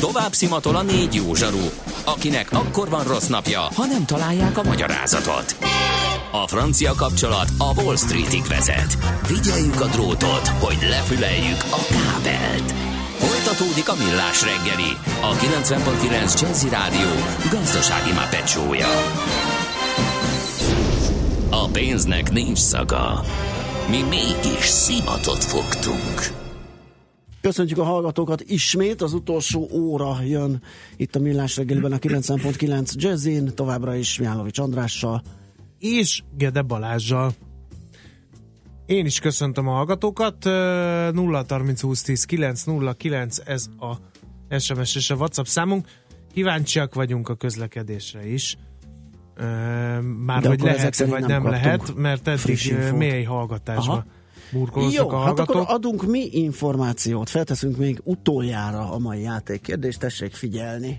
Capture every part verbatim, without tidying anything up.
Tovább szimatol a négy jó zsaru, akinek akkor van rossz napja, ha nem találják a magyarázatot. A francia kapcsolat a Wall Streetig vezet. Figyeljük a drótot, hogy lefüleljük a kábelt. Folytatódik a Millás reggeli, a kilencven pont kilenc Jazzy Rádió gazdasági mápecsója. A pénznek nincs szaga. Mi mégis szimatot fogtunk. Köszöntjük a hallgatókat ismét, az utolsó óra jön itt a Millás reggeliben a kilencven pont kilenc Jazzin, továbbra is Mihálovics Andrással és Gede Balázsjal. Én is köszöntöm a hallgatókat. Nulla harminc húsz tíz kilenc nulla kilenc ez a es em es és a WhatsApp számunk. Kíváncsiak vagyunk a közlekedésre is. Már de hogy lehet vagy nem, nem lehet, mert eddig mély hallgatásba burkolóztak a hallgatók. Hát akkor adunk mi információt, felteszünk még utoljára a mai játékkérdést, tessék figyelni.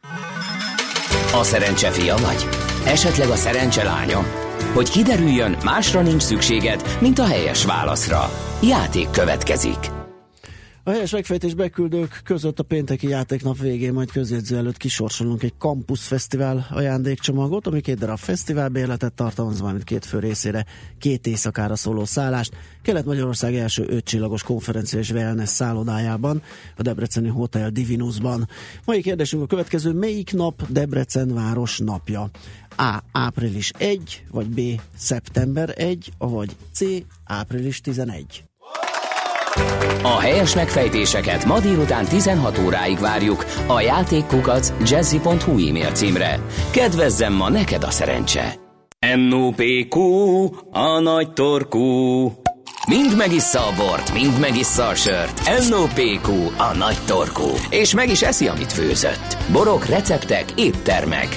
A szerencse fia vagy? Esetleg a szerencse lánya? Hogy kiderüljön, másra nincs szükséged, mint a helyes válaszra. Játék következik. A helyes megfejtés beküldők között a pénteki játéknap végén, majd közjegyző előtt kisorsolunk egy Campus Fesztivál ajándékcsomagot, ami két darab fesztiválbérletet tartalmaz, valamint két fő részére két éjszakára szóló szállást Kelet-Magyarország első ötcsillagos konferencia és wellness szállodájában, a debreceni Hotel Divinusban. Mai kérdésünk a következő: melyik nap Debrecen város napja? A. április elseje, vagy B. szeptember elseje, vagy C. április tizenegy. A helyes megfejtéseket ma délután tizenhat óráig várjuk a játékkukac jazzy pont hu e-mail címre. Kedvezzem ma neked a szerencse! en o pé kú, a nagy torkú. Mind megissza a bort, mind megissza a sört. en o pé kú, a nagy torkú. És meg is eszi, amit főzött. Borok, receptek, éttermek.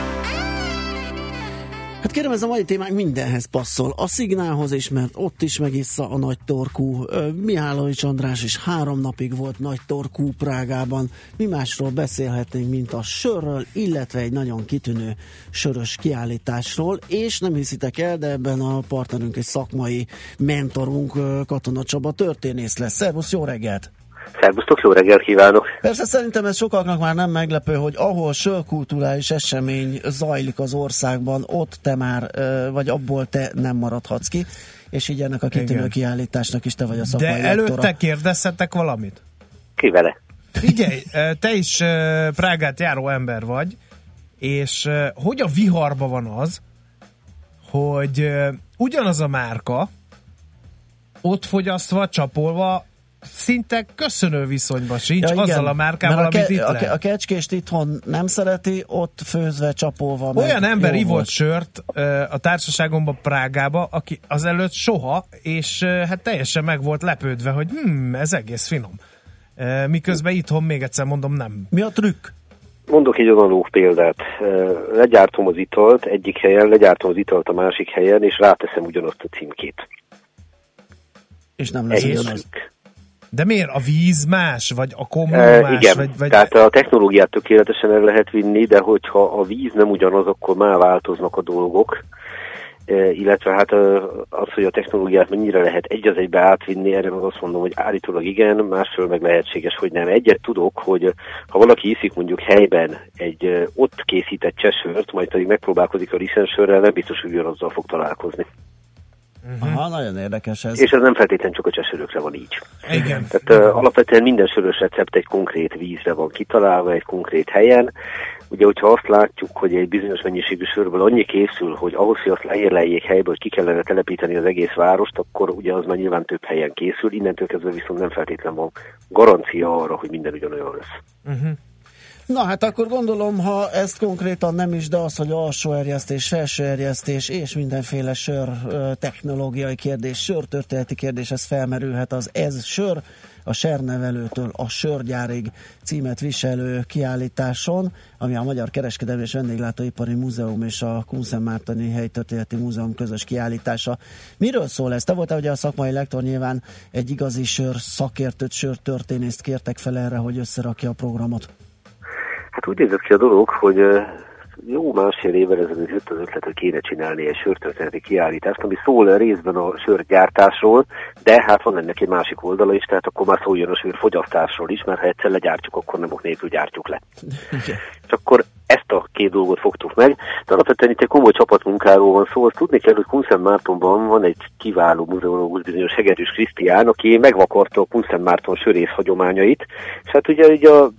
Hát kérem, ez a mai témánk mindenhez passzol. A szignálhoz is, mert ott is megissza a nagy torkú. Mihálovics András is három napig volt nagy torkú Prágában. Mi másról beszélhetnénk, mint a sörről, illetve egy nagyon kitűnő sörös kiállításról. És nem hiszitek el, de ebben a partnerünk egy szakmai mentorunk, Katona Csaba történész lesz. Szervusz, jó reggelt! Szervusztok, jó reggelt kívánok! Persze szerintem ez sokaknak már nem meglepő, hogy ahol sörkulturális esemény zajlik az országban, ott te már, vagy abból te nem maradhatsz ki, és így ennek a kitűnő kiállításnak is te vagy a szakmai lektora. De lektora. előtte kérdezhetek valamit? Ki vele? Figyelj, te is Prágát járó ember vagy, és hogy a viharba van az, hogy ugyanaz a márka ott fogyasztva, csapolva szinte köszönő viszonyban sincs ja, azzal a márkával, a ke- amit itt a, lehet. A kecskést itthon nem szereti, ott főzve, csapolva. Olyan ember ivott volt. sört a társaságomban Prágába, aki azelőtt soha, és hát teljesen meg volt lepődve, hogy hm, ez egész finom. Miközben itthon, még egyszer mondom, nem. Mi a trükk? Mondok egy analóg példát. Legyártom az italt egyik helyen, legyártom az italt a másik helyen, és ráteszem ugyanazt a címkét. És nem lesz Egy ugyanaz. trükk. De miért? A víz más? Vagy a kommun e, más? Igen, vagy, vagy... tehát a technológiát tökéletesen el lehet vinni, de hogyha a víz nem ugyanaz, akkor már változnak a dolgok. E, illetve hát az, hogy a technológiát mennyire lehet egy az egybe átvinni, erre meg azt mondom, hogy állítólag igen, másról meg lehetséges, hogy nem. Egyet tudok, hogy ha valaki iszik mondjuk helyben egy ott készített csesört, majd pedig megpróbálkozik a liszensörrel, nem biztos, hogy ugyanazzal fog találkozni. Uh-huh. Aha, nagyon érdekes ez. És ez nem feltétlenül csak a csesörökre van így. Igen. Tehát uh, alapvetően minden sörös recept egy konkrét vízre van kitalálva, egy konkrét helyen. Ugye, hogyha azt látjuk, hogy egy bizonyos mennyiségű sörből annyi készül, hogy ahhoz, hogy azt leérleljék helybe, hogy ki kellene telepíteni az egész várost, akkor ugye az már nyilván több helyen készül, innentől kezdve viszont nem feltétlenül van garancia arra, hogy minden ugyanolyan lesz. Uh-huh. Na hát akkor gondolom, ha ezt konkrétan nem is, de az, hogy alsó erjesztés, felső erjesztés és mindenféle sör technológiai kérdés, sörtörténeti kérdés, ez felmerülhet az Ez Sör, a sernevelőtől a sörgyárig címet viselő kiállításon, ami a Magyar Kereskedelmi és Vendéglátóipari Múzeum és a Kunszentmártoni Helytörténeti Múzeum közös kiállítása. Miről szól ez? Te voltál ugye a szakmai lektor, nyilván egy igazi sör szakértőt, sörtörténészt kértek fel erre, hogy összerakja a programot. Hát úgy nézett ki a dolog, hogy jó másfél évvel ezelőtt jött az ötlet, hogy kéne csinálni egy sörtörténeti kiállítást, ami szól részben a sörgyártásról, de hát van ennek egy másik oldala is, tehát akkor már szóljon a sörfogyasztásról is, mert ha egyszer legyártjuk, akkor nem ok nélkül gyártjuk le. És akkor ezt a két dolgot fogtuk meg, de alapvetően itt egy komoly csapatmunkáról van szó. Azt tudni kell, hogy Kunszentmártonban van egy kiváló muzeológus, bizonyos Hegedűs Krisztián, aki megvakarta a Kunszentmárton sörész hagyományait, és hát ugye, ugye a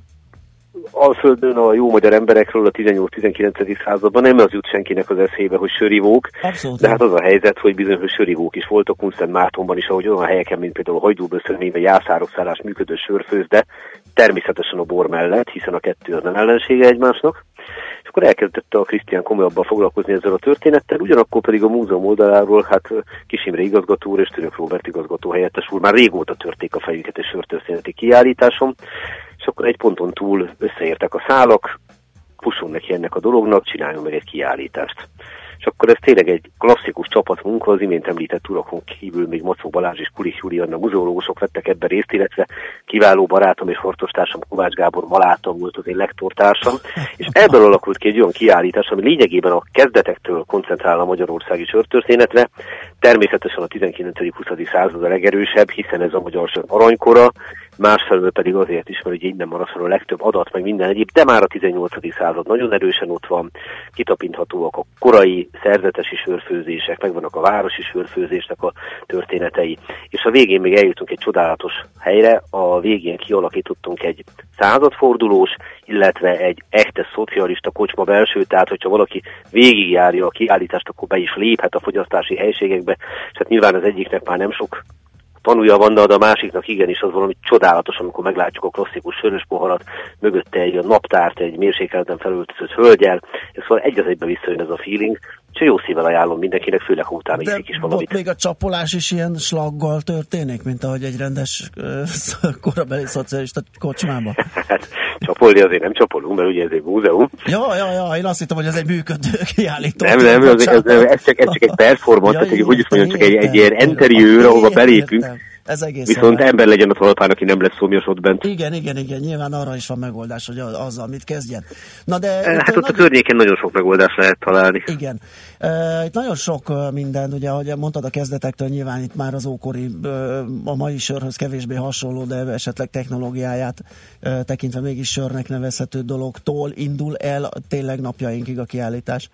Alföldön a jó magyar emberekről a tizennyolc-tizenkilencedik században nem az jut senkinek az eszébe, hogy sörivók, abszolút, de hát az a helyzet, hogy bizonyos sörivók is voltak Kunszentmártonban is, ahogy olyan helyeken, mint például a Hajdúböszörmény vagy Jászárokszállás működő sörfőzde, természetesen a bor mellett, hiszen a kettő az nem ellensége egymásnak. És akkor elkezdett a Krisztián komolyabban foglalkozni ezzel a történettel, ugyanakkor pedig a múzeum oldaláról, hát Kis Imre igazgató úr és Török Róbert igazgató helyettes úr már régóta törték a fejüket egy sörtörténeti kiállításon, és akkor egy ponton túl összeértek a szálak, fussunk neki ennek a dolognak, csináljunk meg egy kiállítást. És akkor ez tényleg egy klasszikus csapatmunka, az imént említett urakon kívül még Macó Balázs és Kulik Julianna muzeológusok vettek ebben részt, illetve kiváló barátom és harcostársam Kovács Gábor Maláta volt az én lektortársam, és ebből alakult ki egy olyan kiállítás, ami lényegében a kezdetektől koncentrál a magyarországi sörtörténetre, természetesen a tizenkilencedik-huszadik század a legerősebb, hiszen ez a magyar sör aranykora, másfelől pedig azért is, mert ugye innen marad fel a legtöbb adat, meg minden egyéb, de már a tizennyolcadik század nagyon erősen ott van, kitapinthatóak a korai szerzetesi sörfőzések, megvannak a városi sörfőzésnek a történetei, és a végén még eljutunk egy csodálatos helyre, a végén kialakítottunk egy századfordulós, illetve egy echte szocialista kocsma belső, tehát hogyha valaki végigjárja a kiállítást, akkor be is léphet a fogyasztási helységekbe, és hát nyilván az egyiknek már nem sok tanulja van, de a másiknak igenis az valami csodálatos, amikor meglátjuk a klasszikus sörös poharat, mögötte egy naptárt, egy mérsékelten felöltözött hölgyel, és szóval egy az egybe visszajön ez a feeling, és jó szívvel ajánlom mindenkinek, főleg ha utána iszik is valamit. De még a csapolás is ilyen slaggal történik, mint ahogy egy rendes uh, korabeli szocialista kocsmában? Hát csapolni azért nem csapolunk, mert ugye ez egy múzeum. Ja, ja, ja, én azt hittem, hogy ez egy működő kiállító. Nem, nem, ez, ez, ez, csak, ez csak egy performance, ja, tehát, hogy is mondjam, csak egy, egy ilyen interiőr, ahova belépünk. Ez egész viszont ember legyen a talpán, aki nem lesz szomjas ott bent. Igen, igen, igen, nyilván arra is van megoldás, hogy azzal mit kezdjen. Na de hát ott nagy... a környéken nagyon sok megoldást lehet találni. Igen. Uh, itt nagyon sok uh, minden, ugye, ahogy mondtad a kezdetektől, nyilván itt már az ókori, uh, a mai sörhöz kevésbé hasonló, de esetleg technológiáját uh, tekintve mégis sörnek nevezhető dologtól indul el tényleg napjainkig a kiállítás.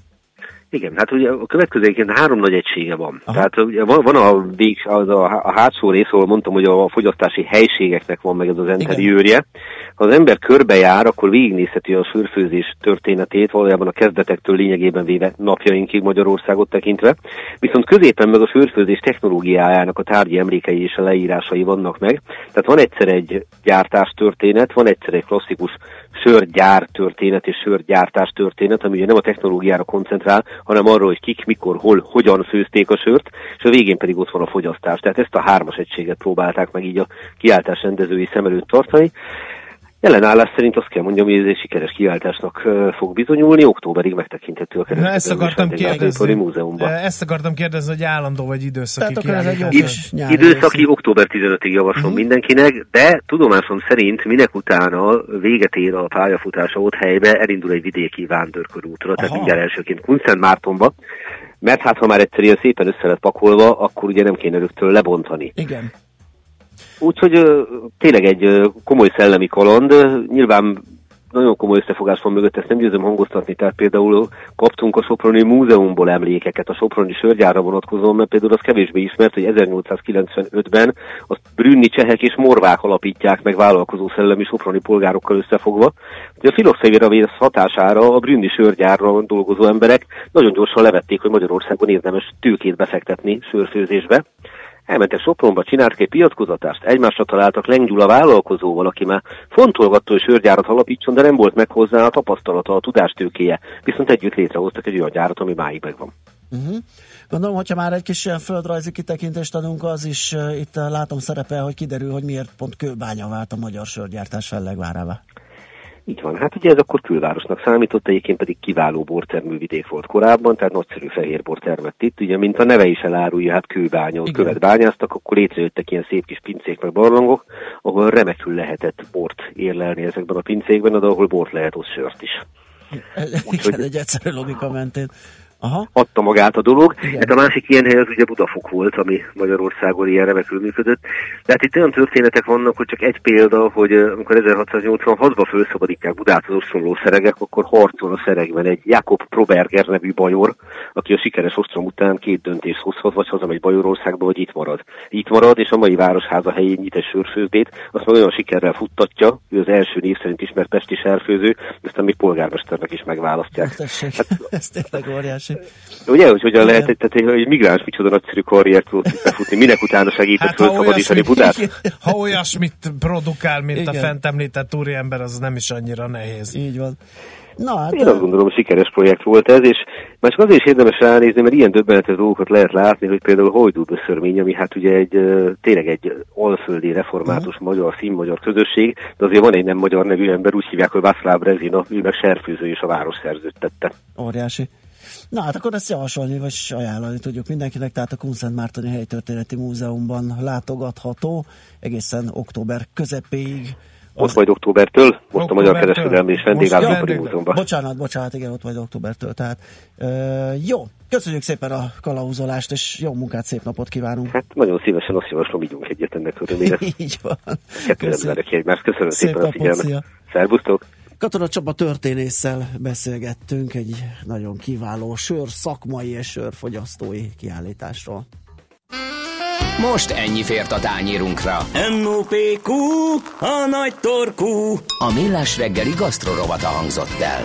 Igen, hát ugye a következőként három nagy egysége van. Aha. Tehát ugye van, van a, vég, az a, a hátsó rész, ahol mondtam, hogy a fogyasztási helységeknek van meg ez az interiőrje. Ha az ember körbejár, akkor végignézheti a sörfőzés történetét, valójában a kezdetektől lényegében véve napjainkig Magyarországot tekintve. Viszont középen meg a sörfőzés technológiájának a tárgyi emlékei és a leírásai vannak meg. Tehát van egyszer egy gyártás történet, van egyszer egy klasszikus sörgyár történet és sörgyártás történet, ami ugye nem a technológiára koncentrál, hanem arról, hogy kik, mikor, hol, hogyan főzték a sört, és a végén pedig ott van a fogyasztás. Tehát ezt a hármas egységet próbálták meg így a kiáltás rendezői szem előtt tartani. Ellenállás szerint azt kell mondjam, hogy ez egy sikeres kiáltásnak fog bizonyulni, októberig megtekinthető a Kereskedelmi Múzeumban. Ezt akartam kérdezni, hogy állandó vagy időszaki kiállítás. Időszaki október tizenötödikéig javaslom uh-huh. mindenkinek, de tudomásom szerint minek utána véget ér a pályafutása ott helybe, elindul egy vidéki vándorkörútra, tehát mindjárt elsőként Kunszentmártonba, mert hát ha már egyszer ilyen szépen össze lett pakolva, akkor ugye nem kéne rögtön lebontani. Igen. Úgyhogy tényleg egy komoly szellemi kaland, nyilván nagyon komoly összefogás van mögött, ezt nem győzöm hangoztatni, tehát például kaptunk a Soproni Múzeumból emlékeket a soproni sörgyárra vonatkozóan, mert például az kevésbé ismert, hogy ezernyolcszázkilencvenötben a brünni csehek és morvák alapítják meg vállalkozó szellemi soproni polgárokkal összefogva. Ugye a filoxévéravész hatására a brünni sörgyárra dolgozó emberek nagyon gyorsan levették, hogy Magyarországon érdemes tőkét befektetni sörfőzésbe. Elmentek Sopronba, csináltak egy piackuzatást, egymásra találtak Leng Gyula vállalkozóval, aki már fontolgatta, hogy sörgyárat alapítson, de nem volt meg hozzá a tapasztalata, a tudástőkéje. Viszont együtt létrehoztak egy olyan gyárat, ami máig megvan. Uh-huh. Gondolom, hogyha már egy kis ilyen földrajzi kitekintést adunk, az is uh, itt uh, látom szerepel, hogy kiderül, hogy miért pont Kőbánya vált a magyar sörgyártás fellegvárává. Így van, hát ugye ez akkor külvárosnak számított, egyébként pedig kiváló bortermővidék volt korábban, tehát nagyszerű fehérbor termett itt, ugye mint a neve is elárulja, hát Kőbánya, ott követ bányáztak, akkor létrejöttek ilyen szép kis pincék meg barlangok, ahol remekül lehetett bort érlelni ezekben a pincékben, de ahol bort lehet, ott sört is. Igen, egy egyszerű logika mentén. Aha. Adta magát a dolog. Igen. Hát a másik ilyen hely az ugye Budafok volt, ami Magyarországon ilyen remekül működött. De hát itt olyan történetek vannak, hogy csak egy példa, hogy amikor ezerhatszáznyolcvanhatban felszabadítják Budát az ostromlószeregek, akkor harcol a szeregben egy Jakob Proberger nevű bajor, aki a sikeres ostrom után két döntést hozhat, vagy hazamegy Bajorországba, vagy itt marad. Itt marad, és a mai Városháza helyén nyit egy sörfőzdét, azt meg olyan sikerrel futtatja, ő az első név szerint ismert pesti sörfőző, aztán még polgármesternek is megválasztják. Hát, ez tényleg óriási. Ugye, hogy hogyan lehet, tehát egy migráns micsoda nagyszerű karriert tudott befutni, minek utána segített hát, felszabadítani Budát? Ha olyasmit produkál, mint igen. a fent említett úriember, az nem is annyira nehéz. Így van. Na, hát én azt gondolom, hogy sikeres projekt volt ez, és már csak azért is érdemes ránézni, mert ilyen döbbenetes dolgokat lehet látni, hogy például Hajdúböszörmény, ami hát ugye egy tényleg egy alföldi református uh-huh. magyar, színmagyar közösség, de azért van egy nem magyar nevű ember, úgy hívják, hogy Václav Brezina, ő meg serfőző és a város szerződtette. Óriási. Na hát akkor ezt javasolni, vagy ajánlani tudjuk mindenkinek, tehát a Kunszentmártoni Helytörténeti Múzeumban látogatható egészen október közepéig. Ott majd októbertől, most októbertől. A Magyar Kereskedelmi és Vendéglátó Múzeumban. Bocsánat, bocsánat, igen, ott majd októbertől. Tehát, ö, jó, köszönjük szépen a kalauzolást, és jó munkát, szép napot kívánunk. Hát nagyon szívesen azt javaslom, ígyunk egyet ennek örömére. Így van. Köszönöm, Köszönöm szépen a figyelmet. Szervusztok! Katona Csaba történésszel beszélgettünk egy nagyon kiváló sör szakmai és sörfogyasztói kiállításról. Most ennyi fért a tányérunkra. em o pé kú, a nagy torkú. A Millás reggeli gasztrorovata hangzott el.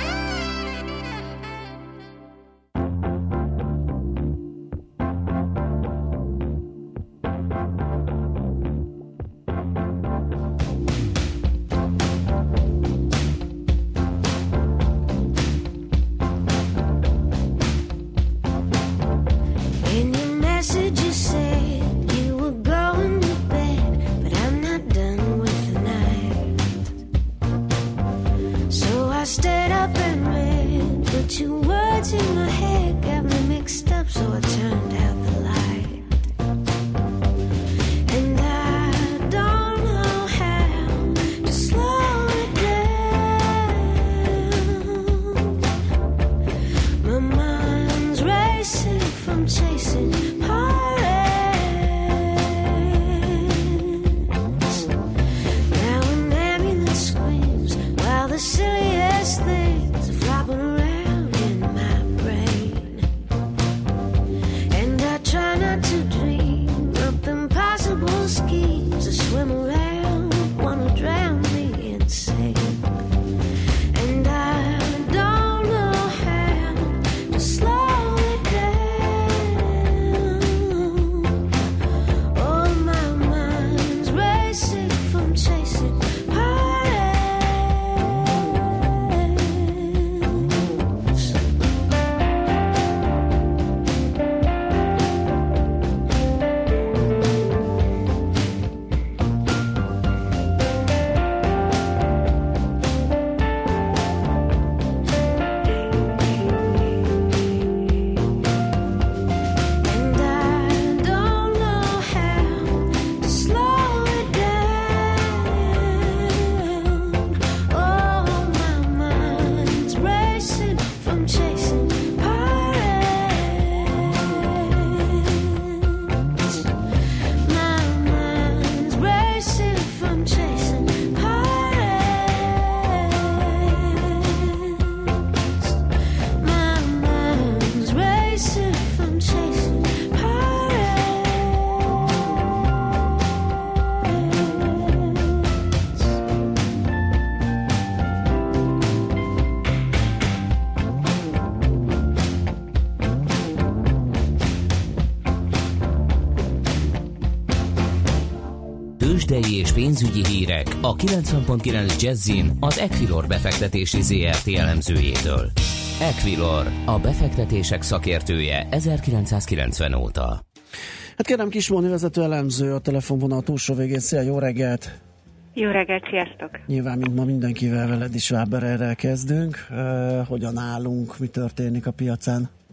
Tőzsdei és pénzügyi hírek a kilencven pont kilenc Jazzin az Equilor befektetési zé er té elemzőjétől. Equilor, a befektetések szakértője ezerkilencszázkilencven óta. Hát kérem, Kismóni vezető elemző a telefonvonal túlsó végén. Szia, jó reggelt! Jó reggelt, sziasztok! Nyilván, mint ma mindenkivel, veled is Schwabererrel kezdünk. Uh, hogyan állunk, mi történik a piacán?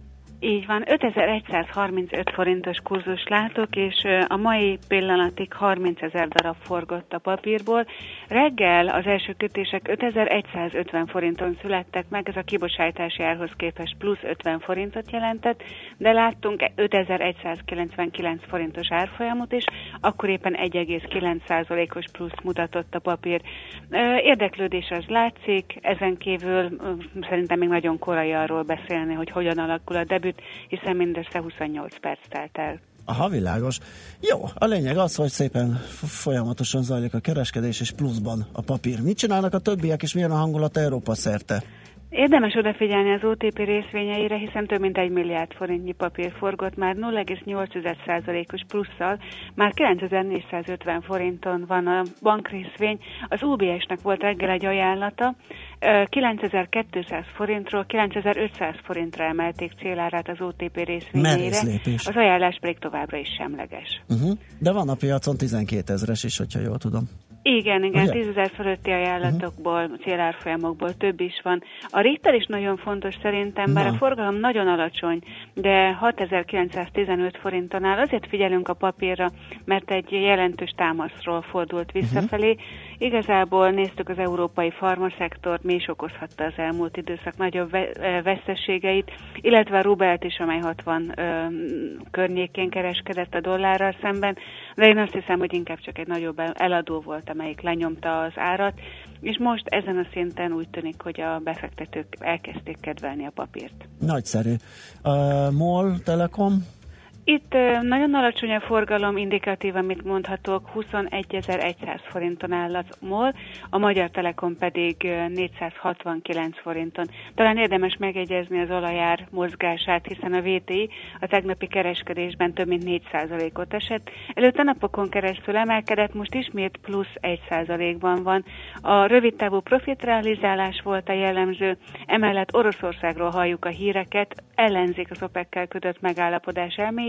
Így van, ötezer-egyszázharmincöt forintos kurzus látok, és a mai pillanatig harmincezer darab forgott a papírból. Reggel az első kötések ötezer-egyszázötven forinton születtek meg, ez a kibocsátási árhoz képest plusz ötven forintot jelentett, de láttunk ötezer-egyszázkilencvenkilenc forintos árfolyamot is, akkor éppen egy egész kilenc százalékos plusz mutatott a papír. Érdeklődés az látszik, ezen kívül szerintem még nagyon korai arról beszélni, hogy hogyan alakul a debüt, hiszen mindössze huszonnyolc perc telt el. Aha, világos. Jó, a lényeg az, hogy szépen folyamatosan zajlik a kereskedés, és pluszban a papír. Mit csinálnak a többiek, és milyen a hangulat Európa szerte? Érdemes odafigyelni az o té pé részvényeire, hiszen több mint egy milliárd forintnyi papír forgott, már nulla egész nyolc százalékos plusszal, már kilencezer-négyszázötven forinton van a bankrészvény. Az u bé es-nek volt reggel egy ajánlata, kilencezer-kétszáz forintról kilencezer-ötszáz forintra emelték célárát az o té pé részvényeire, az ajánlás pedig továbbra is semleges. Uh-huh. De van a piacon tizenkétezres is, hogyha jól tudom. Igen, igen, tízezer fölötti ajánlatokból, uh-huh. célárfolyamokból több is van. A Richter is nagyon fontos szerintem, bár Na. a forgalom nagyon alacsony, de hatezer-kilencszáztizenöt forinton áll. Azért figyelünk a papírra, mert egy jelentős támaszról fordult visszafelé. Uh-huh. Igazából néztük az európai farmaszektort, mi is okozhatta az elmúlt időszak nagyobb veszteségeit, illetve a rubelt is, amely hatvan ö, környékén kereskedett a dollárral szemben, de én azt hiszem, hogy inkább csak egy nagyobb eladó volt, amelyik lenyomta az árat, és most ezen a szinten úgy tűnik, hogy a befektetők elkezdték kedvelni a papírt. Nagyszerű. Uh, MOL, Telekom? Itt nagyon alacsony a forgalom, indikatív, amit mondhatok, huszonegyezer-száz forinton áll az MOL, a Magyar Telekom pedig négyszázhatvankilenc forinton. Talán érdemes megjegyezni az olajár mozgását, hiszen a vé té i a tegnapi kereskedésben több mint négy százalékot esett. Előtte napokon keresztül emelkedett, most ismét plusz egy százalékban van. A rövidtávú profitrealizálás volt a jellemző, emellett Oroszországról halljuk a híreket, ellenzik az OPEC-kel kötött megállapodás elmélyítését.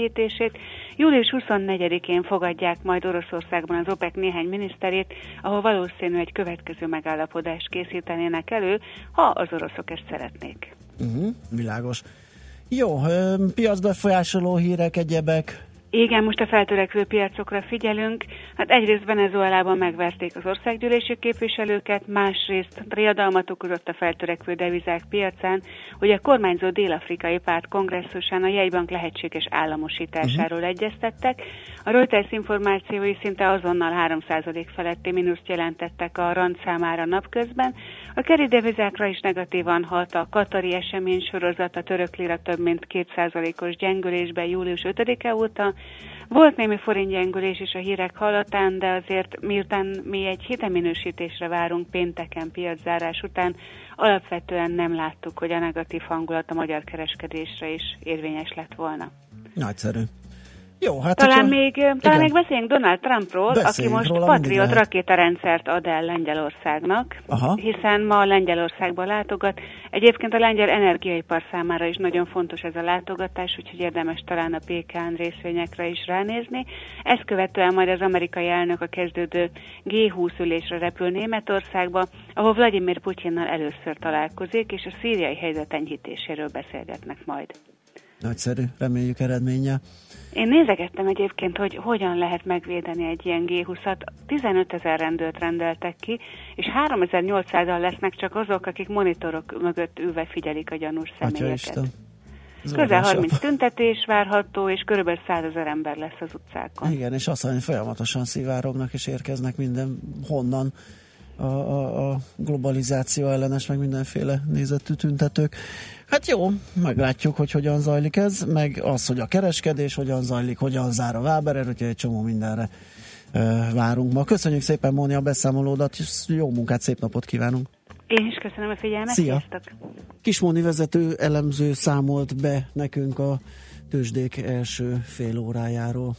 Július huszonnegyedikén fogadják majd Oroszországban az OPEC néhány miniszterét, ahol valószínű egy következő megállapodást készítenének elő, ha az oroszok ezt szeretnék. Uh-huh, világos. Jó, piacbefolyásoló hírek, egyebek. Igen, most a feltörekvő piacokra figyelünk. Hát egyrészt Venezuelában megverték az országgyűlési képviselőket, másrészt riadalmat okozott a feltörekvő devizák piacán, hogy a kormányzó dél-afrikai párt kongresszusán a jegybank lehetséges államosításáról uh-huh. egyeztettek. A Reuters információi szinte azonnal három százalék feletti mínuszt jelentettek a rand számára napközben. A keri devizákra is negatívan hat a katari esemény sorozat, a török lira több mint két százalékos gyengülésben július ötödike óta. Volt némi forintgyengülés is a hírek hallatán, de azért miután mi egy hitelminősítésre várunk pénteken piaczárás után, alapvetően nem láttuk, hogy a negatív hangulat a magyar kereskedésre is érvényes lett volna. Nagyszerű. Jó, hát talán hogyha... még, talán még beszéljünk Donald Trumpról, beszéljünk aki most róla, Patriot rakétarendszert ad el Lengyelországnak, Aha. hiszen ma Lengyelországba látogat. Egyébként a lengyel energiaipar számára is nagyon fontos ez a látogatás, úgyhogy érdemes talán a pé ká en részvényekre is ránézni. Ezt követően majd az amerikai elnök a kezdődő gé húsz ülésre repül Németországba, ahol Vladimir Putyinnal először találkozik, és a szíriai helyzet enyhítéséről beszélgetnek majd. Nagyszerű, reméljük eredménye. Én nézegettem egyébként, hogy hogyan lehet megvédeni egy ilyen gé húszat. tizenötezer rendőrt rendeltek ki, és háromezer-nyolcszázan lesznek csak azok, akik monitorok mögött ülve figyelik a gyanús személyeket. Közel harminc tüntetés várható, és körülbelül százezer ember lesz az utcákon. Igen, és azt mondja, hogy folyamatosan szivárognak, és érkeznek minden honnan a, a, a globalizáció ellenes, meg mindenféle nézetű tüntetők. Hát jó, meglátjuk, hogy hogyan zajlik ez, meg az, hogy a kereskedés hogyan zajlik, hogyan zár a Waberer, úgyhogy egy csomó mindenre uh, várunk ma. Köszönjük szépen, Móni, a beszámolódat, és jó munkát, szép napot kívánunk! Én is köszönöm a figyelmet, Szia. Sziasztok! Kis Móni vezető elemző számolt be nekünk a tőzsdék első fél órájáról.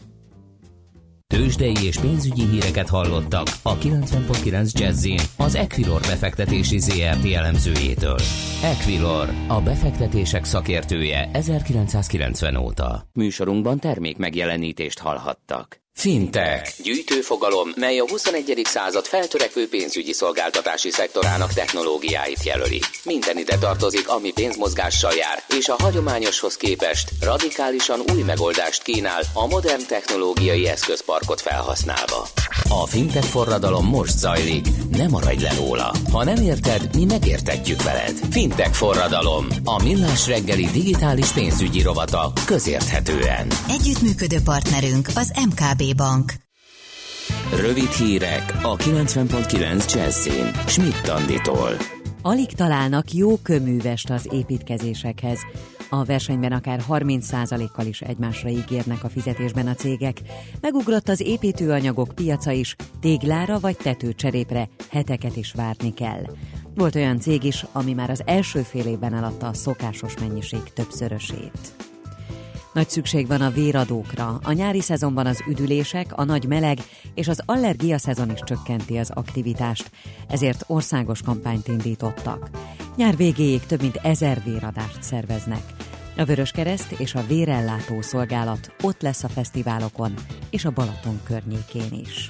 Tőzsdei és pénzügyi híreket hallottak a kilencven pont kilenc Jazzin az Equilor befektetési zé er té elemzőjétől. Equilor, a befektetések szakértője ezerkilencszázkilencven óta. Műsorunkban termék megjelenítést hallhattak. Fintech. Gyűjtőfogalom, mely a huszonegyedik század feltörekvő pénzügyi szolgáltatási szektorának technológiáit jelöli. Minden ide tartozik, ami pénzmozgással jár, és a hagyományoshoz képest radikálisan új megoldást kínál a modern technológiai eszközparkot felhasználva. A Fintech forradalom most zajlik, ne maradj le róla. Ha nem érted, mi megértetjük veled. Fintech forradalom, a millás reggeli digitális pénzügyi rovata közérthetően. Együttműködő partnerünk az em ká bé Bank. Rövid hírek a kilencven pont kilenc Jazzin Schmidt Anditól. Alig találnak jó kőművest az építkezésekhez. A versenyben akár harminc százalékkal is egymásra ígérnek a fizetésben a cégek. Megugrott az építőanyagok piaca is, téglára vagy tetőcserépre heteket is várni kell. Volt olyan cég is, ami már az első fél évben eladta a szokásos mennyiség többszörösét. Nagy szükség van a véradókra. A nyári szezonban az üdülések, a nagy meleg és az allergia szezon is csökkenti az aktivitást, ezért országos kampányt indítottak. Nyár végéig több mint ezer véradást szerveznek. A Vöröskereszt és a Vérellátó Szolgálat ott lesz a fesztiválokon és a Balaton környékén is.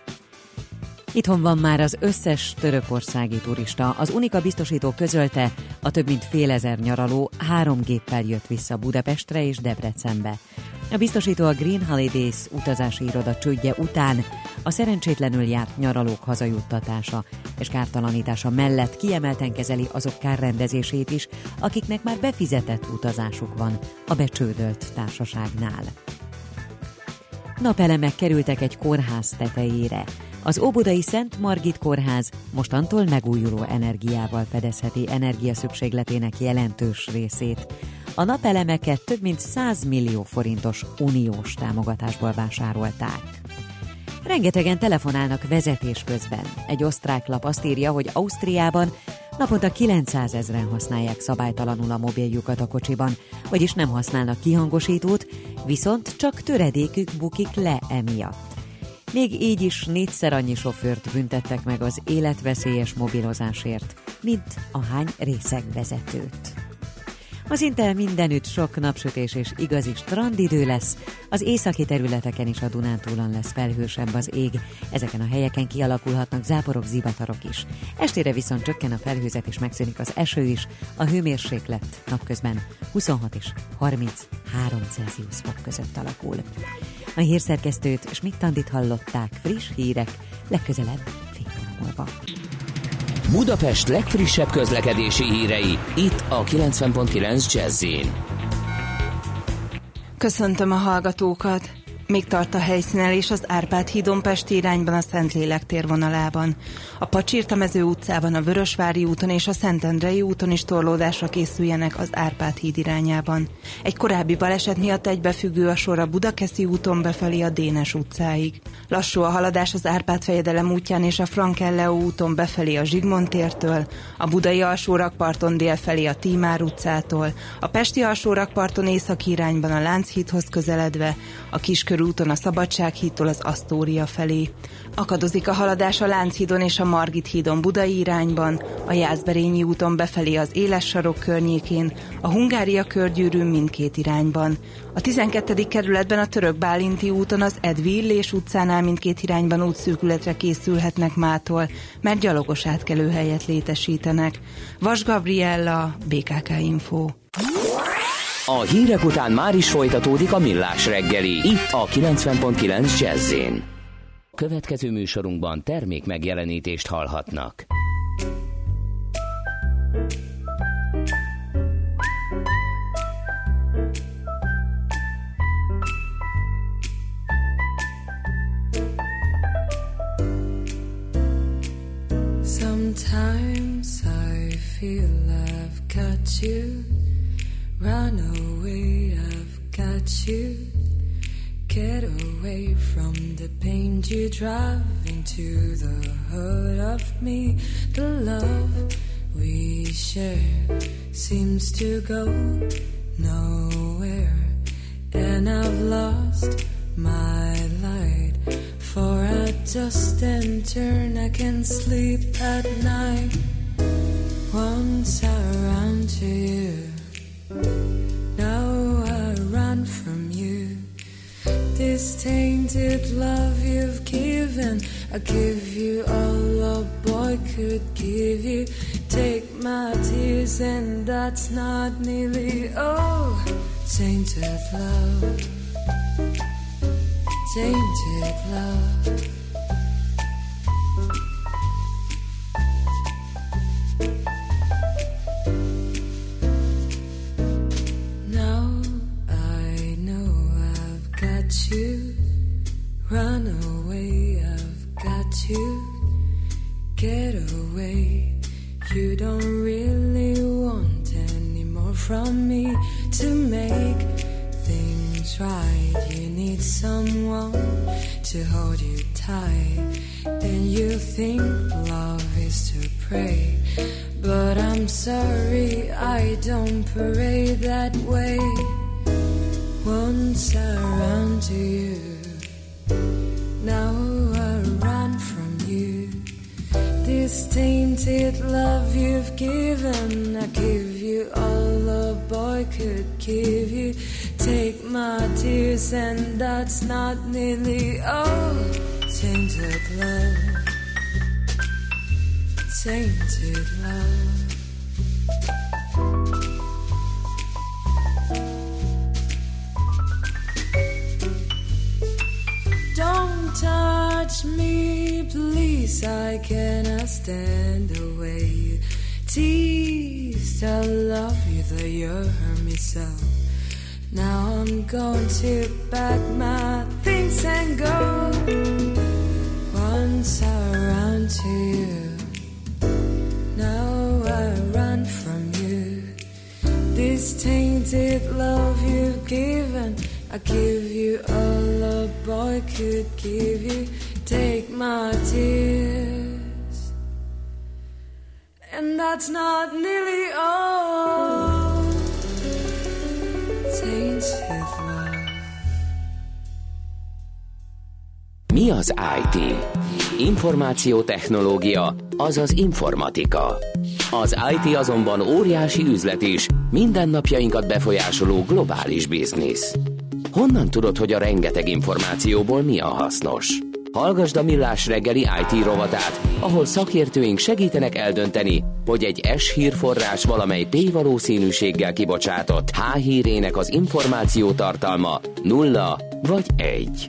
Itthon van már az összes törökországi turista. Az Unika biztosító közölte, a több mint fél ezer nyaraló három géppel jött vissza Budapestre és Debrecenbe. A biztosító a Green Holidays utazási iroda csődje után a szerencsétlenül járt nyaralók hazajuttatása és kártalanítása mellett kiemelten kezeli azok kárrendezését is, akiknek már befizetett utazásuk van a becsődölt társaságnál. Napelemek kerültek egy kórház tetejére. Az óbudai Szent Margit Kórház mostantól megújuló energiával fedezheti energiaszükségletének jelentős részét. A napelemeket több mint száz millió forintos uniós támogatásból vásárolták. Rengetegen telefonálnak vezetés közben. Egy osztrák lap azt írja, hogy Ausztriában naponta kilencszázezren használják szabálytalanul a mobiljukat a kocsiban, vagyis nem használnak kihangosítót, viszont csak töredékük bukik le emiatt. Még így is négyszer annyi sofőrt büntettek meg az életveszélyes mobilozásért, mint ahány részegvezetőt. Az Intel mindenütt sok napsütés és igazi strandidő lesz, az északi területeken is a Dunántúlon lesz felhősebb az ég, ezeken a helyeken kialakulhatnak záporok, zivatarok is. Estére viszont csökken a felhőzet és megszűnik az eső is, a hőmérséklet napközben huszonhat és harminchárom Celsius fok között alakul. A hírszerkesztőt Schmidt-Andit hallották, friss hírek, legközelebb fél óra múlva. Budapest legfrissebb közlekedési hírei, itt a kilencven pont kilenc Jazz-in. Köszöntöm a hallgatókat! Még tart a helyszínelés az Árpád hídon Pesti irányban a Szentlélek térvonalában. A Pacsirtamező utcában, a Vörösvári úton és a Szentendrei úton is torlódásra készüljenek az Árpád híd irányában. Egy korábbi baleset miatt egybefüggő a sor a Budakeszi úton befelé a Dénes utcáig. Lassú a haladás az Árpád-fejedelem útján és a Frank-Elleó úton befelé a Zsigmond tértől, a Budai alsórakparton délfelé a Tímár utcától, a Pesti alsórakparton északi irányban a Lánchídhoz közeledve, a Kiskörúton a Szabadsághídtól az Asztória felé. Akadozik a haladás a Lánchídon és a Margit hídon Budai irányban, a Jászberényi úton befelé az Éles sarok környékén, a Hungária körgyűrűn mindkét irányban. A tizenkettedik kerületben a Török Bálinti úton az Edvi Illés utcánál mindkét irányban útszűkületre készülhetnek mától, mert gyalogos átkelőhelyet létesítenek. Vas Gabriella, bé ká ká Info. A hírek után már is folytatódik a Millás reggeli, itt a kilencven pont kilenc Jazz-in. Következő műsorunkban termék megjelenítést hallhatnak. Sometimes I feel I've got you. Run away, I've got you. Get away from the pain you drive into the heart of me. The love we share seems to go nowhere, and I've lost my light. For I just and turn, I can't sleep at night. Once I ran to you, now I run from you. This taint tainted love you've given. I give you all a boy could give you. Take my tears and that's not nearly all. Tainted love, tainted love. You run away, I've got you. Get away. You don't really want any more from me. To make things right, you need someone to hold you tight. And you think love is to pray, but I'm sorry, I don't parade that way. Once I ran to you, now I run from you. This tainted love you've given, I give you all a boy could give you. Take my tears and that's not nearly all. Tainted love, tainted love. Don't touch me, please, I cannot stand the way you tease. I love you, though you hurt me so. Now I'm going to pack my things and go. Once I ran to you, now I run from you. This tainted love you've given, I give you all a boy could give you. Take my tears, and that's not nearly all. Tainted love. Mi az í té? Információtechnológia, azaz informatika. Az í té azonban óriási üzlet is, mindennapjainkat befolyásoló globális biznisz. Honnan tudod, hogy a rengeteg információból mi a hasznos? Hallgasd a Millás reggeli í té rovatát, ahol szakértőink segítenek eldönteni, hogy egy S hírforrás valamely P valószínűséggel kibocsátott H hírének az információ tartalma nulla vagy egy.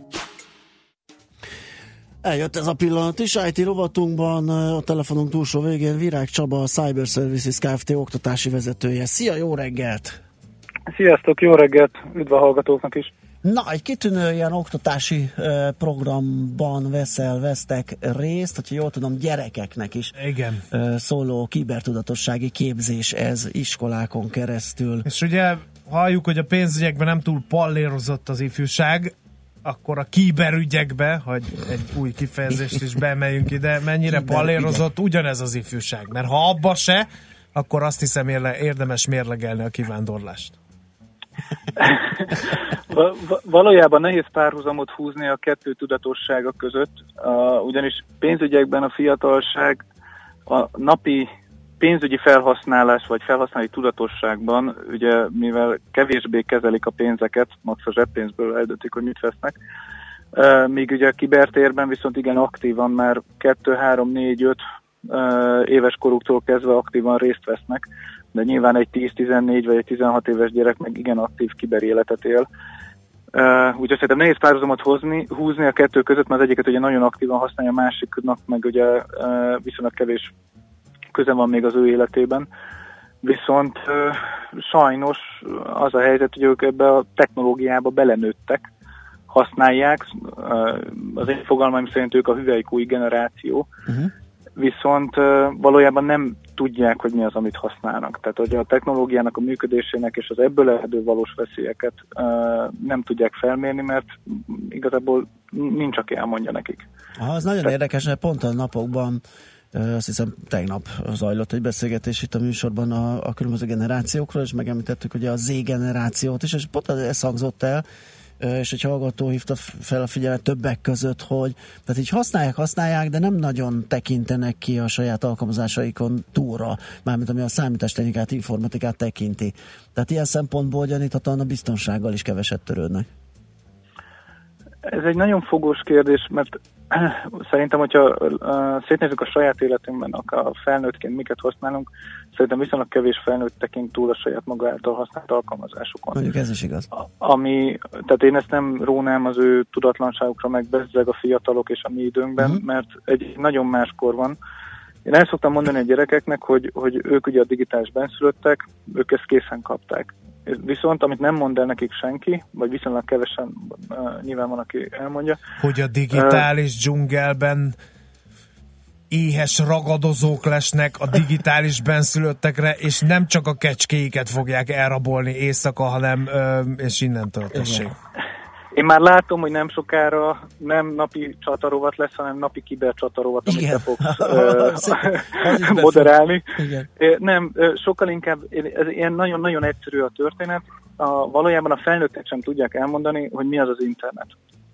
Eljött ez a pillanat is, í té rovatunkban a telefonunk túlsó végén Virág Csaba, a Cyber Services Kft. Oktatási vezetője. Szia, jó reggelt! Sziasztok, jó reggelt, üdv a hallgatóknak is! Na, egy kitűnő ilyen oktatási uh, programban veszel, vesztek részt, hogyha jól tudom, gyerekeknek is Igen. Uh, szóló kibertudatossági képzés ez iskolákon keresztül. És ugye halljuk, hogy a pénzügyekben nem túl pallérozott az ifjúság, akkor a kiberügyekbe, hogy egy új kifejezést is beemeljünk ide, mennyire pallérozott ugyanez az ifjúság. Mert ha abba se, akkor azt hiszem érdemes mérlegelni a kivándorlást. Valójában nehéz párhuzamot húzni a kettő tudatossága között, uh, ugyanis pénzügyekben a fiatalság a napi pénzügyi felhasználás vagy felhasználói tudatosságban, ugye mivel kevésbé kezelik a pénzeket, max a zseppénzből eldöntik, hogy mit vesznek, uh, míg ugye a kibertérben viszont igen aktívan már kettő, három, négy, öt uh, éves koruktól kezdve aktívan részt vesznek, de nyilván egy tíz, tizennégy vagy egy tizenhat éves gyerek meg igen aktív kiberéletet él. Uh, úgyhogy szerintem nehéz párhuzamot hozni, húzni a kettő között, mert az egyiket ugye nagyon aktívan használja, a másiknak meg ugye uh, viszonylag kevés köze van még az ő életében. Viszont uh, sajnos az a helyzet, hogy ők ebbe a technológiába belenőttek, használják, uh, az én fogalmaim szerint ők a hüvelykúj generáció, uh-huh. Viszont uh, valójában nem tudják, hogy mi az, amit használnak. Tehát, hogy a technológiának a működésének és az ebből eredő valós veszélyeket uh, nem tudják felmérni, mert igazából nincs, aki elmondja nekik. Aha, az nagyon Tehát... érdekes, mert pont a napokban, uh, azt hiszem tegnap zajlott egy beszélgetés itt a műsorban a, a különböző generációkról, és megemlítettük ugye a Z generációt is, és pont ez hangzott el, és egy hallgató hívta fel a figyelmet többek között, hogy tehát így használják, használják, de nem nagyon tekintenek ki a saját alkalmazásaikon túlra, mármint ami a számítástechnikát, informatikát tekinti. Tehát ilyen szempontból gyaníthatóan a biztonsággal is keveset törődnek. Ez egy nagyon fogós kérdés, mert szerintem, hogyha uh, szétnézzük a saját életünkben, a felnőttként miket használunk, szerintem viszonylag kevés felnőtt tekint túl a saját maga által használt alkalmazásokon. Mondjuk ez is igaz. Ami, tehát én ezt nem rónám az ő tudatlanságukra, meg bezzeg a fiatalok és a mi időnkben, uh-huh. mert egy nagyon máskor van. Én el szoktam mondani a gyerekeknek, hogy, hogy ők ugye a digitális benszülöttek, ők ezt készen kapták. Viszont, amit nem mond el nekik senki, vagy viszonylag kevesen, uh, nyilván van, aki elmondja. Hogy a digitális uh, dzsungelben éhes ragadozók lesnek a digitális benszülöttekre, és nem csak a kecskéiket fogják elrabolni éjszaka, hanem uh, és innentől tessék. Én már látom, hogy nem sokára nem napi csatarovat lesz, hanem napi kibercsatarovat, amit te fogsz uh, moderálni. Igen. Nem, sokkal inkább, ez ilyen nagyon-nagyon egyszerű a történet. A, valójában a felnőttek sem tudják elmondani, hogy mi az az internet.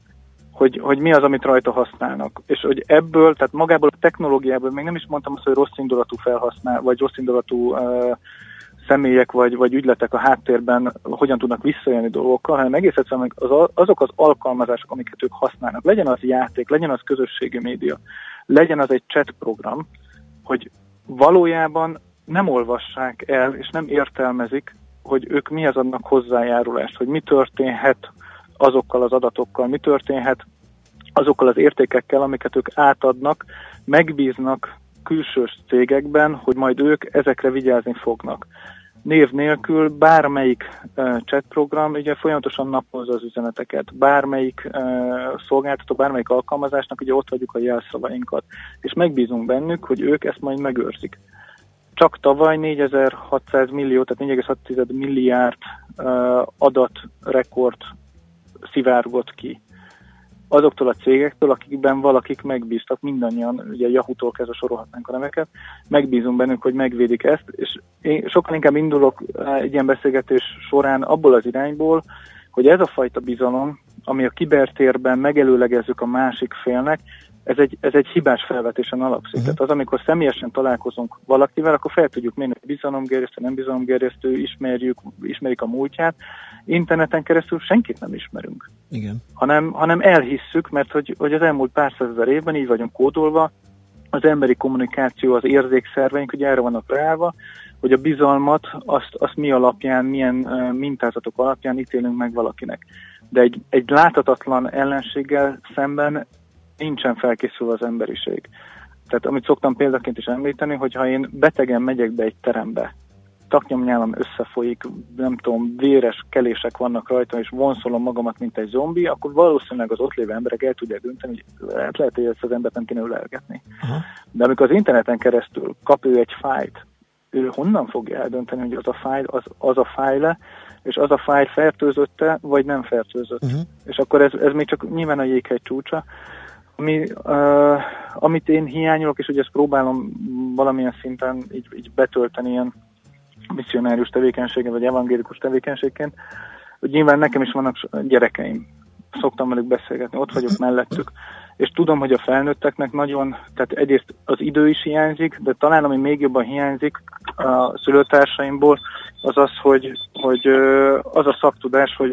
Hogy, hogy mi az, amit rajta használnak. És hogy ebből, tehát magából a technológiából, még nem is mondtam azt, hogy rossz indulatú felhasznál, vagy rossz indulatú uh, személyek vagy, vagy ügyletek a háttérben hogyan tudnak visszaélni dolgokkal, hanem egész egyszerűen az, azok az alkalmazások, amiket ők használnak, legyen az játék, legyen az közösségi média, legyen az egy chat program, hogy valójában nem olvassák el, és nem értelmezik, hogy ők mihez adnak hozzájárulást, hogy mi történhet azokkal az adatokkal, mi történhet azokkal az értékekkel, amiket ők átadnak, megbíznak külsős cégekben, hogy majd ők ezekre vigyázni fognak. Név nélkül bármelyik uh, chat program ugye folyamatosan napozza az üzeneteket, bármelyik uh, szolgáltató, bármelyik alkalmazásnak ugye ott hagyjuk a jelszavainkat, és megbízunk bennük, hogy ők ezt majd megőrzik. Csak tavaly négyezer-hatszáz millió, tehát négy egész hat milliárd uh, adatrekord szivárgott ki azoktól a cégektől, akikben valakik megbíztak, mindannyian, ugye Yahoo-tól kezdve sorolhatnánk a neveket, megbízunk bennük, hogy megvédik ezt, és én sokkal inkább indulok egy ilyen beszélgetés során abból az irányból, hogy ez a fajta bizalom, ami a kibertérben megelőlegezzük a másik félnek, ez egy, ez egy hibás felvetésen alapszik. Uh-huh. Tehát az, amikor személyesen találkozunk valakivel, akkor fel tudjuk mérni, hogy bizalomgerjesztő, nem bizalomgerjesztő, ismerjük, ismerik a múltját. Interneten keresztül senkit nem ismerünk. Igen. Hanem, hanem elhisszük, mert hogy, hogy az elmúlt pár százezer évben így vagyunk kódolva, az emberi kommunikáció, az érzékszerveink ugye erre vannak reálva, hogy a bizalmat azt, azt mi alapján, milyen uh, mintázatok alapján ítélünk meg valakinek. De egy, egy láthatatlan ellenséggel szemben nincsen felkészülve az emberiség. Tehát amit szoktam példaként is említeni, hogy ha én betegen megyek be egy terembe, taknyomnyálam összefolyik, nem tudom, véres kelések vannak rajta, és vonszolom magamat, mint egy zombi, akkor valószínűleg az ott lévő emberek el tudják dönteni, hogy lehet, hogy ezt az embert nem kéne ölelgetni. Uh-huh. De amikor az interneten keresztül kap ő egy fájlt, ő honnan fogja eldönteni, hogy az a fájl, az, az a fájle, és az a fájl fertőzötte, vagy nem fertőzött. Uh-huh. És akkor ez, ez még csak nyilván a jéghegy csúcsa. Ami, uh, amit én hiányolok, és ugye ezt próbálom valamilyen szinten így, így betölteni ilyen misszionárius tevékenységen, vagy evangélikus tevékenységként, hogy nyilván nekem is vannak gyerekeim. Szoktam velük beszélgetni, ott vagyok mellettük, és tudom, hogy a felnőtteknek nagyon, tehát egyrészt az idő is hiányzik, de talán ami még jobban hiányzik a szülőtársaimból, az az, hogy, hogy az a szaktudás, hogy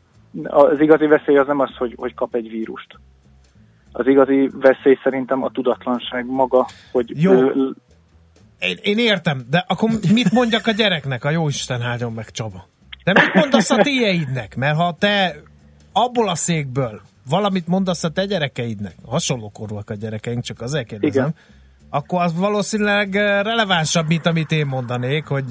az igazi veszély az nem az, hogy, hogy kap egy vírust. Az igazi veszély szerintem a tudatlanság maga, hogy... Jó. Ő... Én, én értem, de akkor mit mondjak a gyereknek? A jóisten áldjon meg, Csaba. De mit mondasz a tieidnek? Mert ha te abból a székből valamit mondasz a te gyerekeidnek, hasonló korúak a gyerekeink, csak azért kérdezem, igen, akkor az valószínűleg relevánsabb, mint amit én mondanék, hogy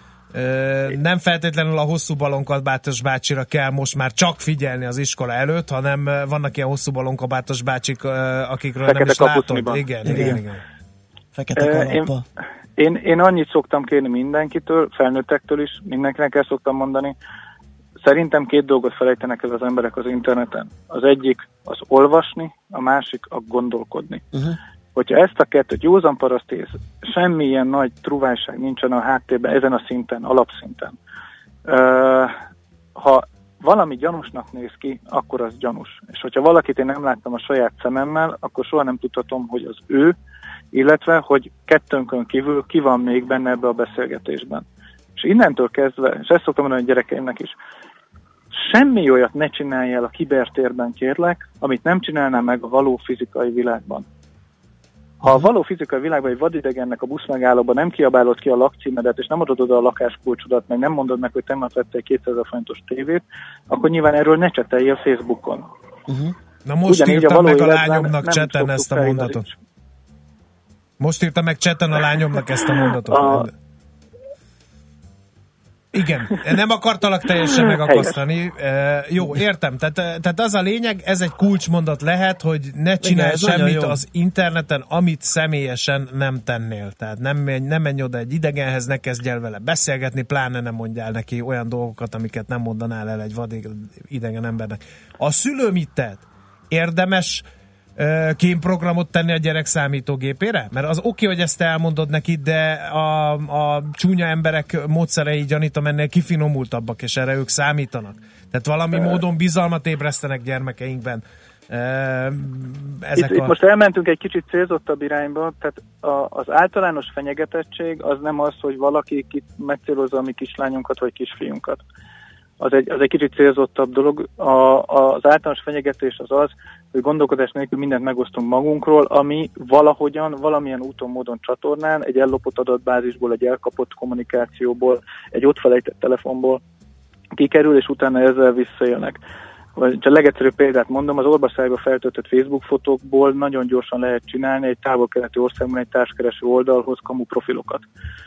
ö, nem feltétlenül a hosszú balonkabátos bácsira kell most már csak figyelni az iskola előtt, hanem vannak ilyen hosszú balonkabátos bácsik, akikről fekete nem is látod. Igen, igen, igen, igen. Fekete kalappa. Én, én annyit szoktam kérni mindenkitől, felnőttektől is, mindenkinek el szoktam mondani, szerintem két dolgot felejtenek el az emberek az interneten. Az egyik az olvasni, a másik a gondolkodni. Uh-huh. Hogyha ezt a kettőt józan parasztész, semmilyen nagy truványság nincsen a háttérben, ezen a szinten, alapszinten. Uh, ha valami gyanúsnak néz ki, akkor az gyanús. És hogyha valakit én nem láttam a saját szememmel, akkor soha nem tudhatom, hogy az ő, illetve, hogy kettőnkön kívül ki van még benne ebbe a beszélgetésben. És innentől kezdve, és ezt szoktam mondani a gyerekeimnek is, semmi olyat ne csinálj el a kibertérben, kérlek, amit nem csinálnál meg a való fizikai világban. Ha a való fizikai világban egy vadidegennek a buszmegállóban nem kiabálod ki a lakcímedet, és nem adod oda a lakáskulcsodat, meg nem mondod meg, hogy tegnap vettél kétezer forintos tévét, akkor nyilván erről ne csetelj a Facebookon. Uh-huh. Na most ugyanígy írtam meg a lányomnak cseten ezt a mondatot. Most írtam meg cseten a lányomnak ezt a mondatot. A... Igen, nem akartalak teljesen megakasztani. E, jó, értem. Tehát, tehát az a lényeg, ez egy kulcsmondat lehet, hogy ne csinálj igen, semmit az interneten, amit személyesen nem tennél. Tehát nem menj, nem menj oda egy idegenhez, ne kezdj el vele beszélgetni, pláne nem mondjál neki olyan dolgokat, amiket nem mondanál el egy vad idegen embernek. A szülő mit tehet? Érdemes kémprogramot tenni a gyerek számítógépére? Mert az oké, okay, hogy ezt elmondod neki, de a, a csúnya emberek módszerei, gyanítom, ennél kifinomultabbak, és erre ők számítanak. Tehát valami módon bizalmat ébresztenek gyermekeinkben. Ezek itt, a... itt most elmentünk egy kicsit célzottabb irányba, tehát a, az általános fenyegetettség az nem az, hogy valaki megcélozza a mi kislányunkat vagy kisfiunkat. Az egy, az egy kicsit célzottabb dolog. A, az általános fenyegetés az az, hogy gondolkodás nélkül mindent megosztunk magunkról, ami valahogyan, valamilyen úton, módon csatornán, egy ellopott adatbázisból, egy elkapott kommunikációból, egy ott felejtett telefonból kikerül, és utána ezzel visszaélnek. Csak a legegyszerűbb példát mondom, az orbaszájba feltöltött Facebook fotókból nagyon gyorsan lehet csinálni egy távol-keleti országban egy társkereső oldalhoz kamu profilokat,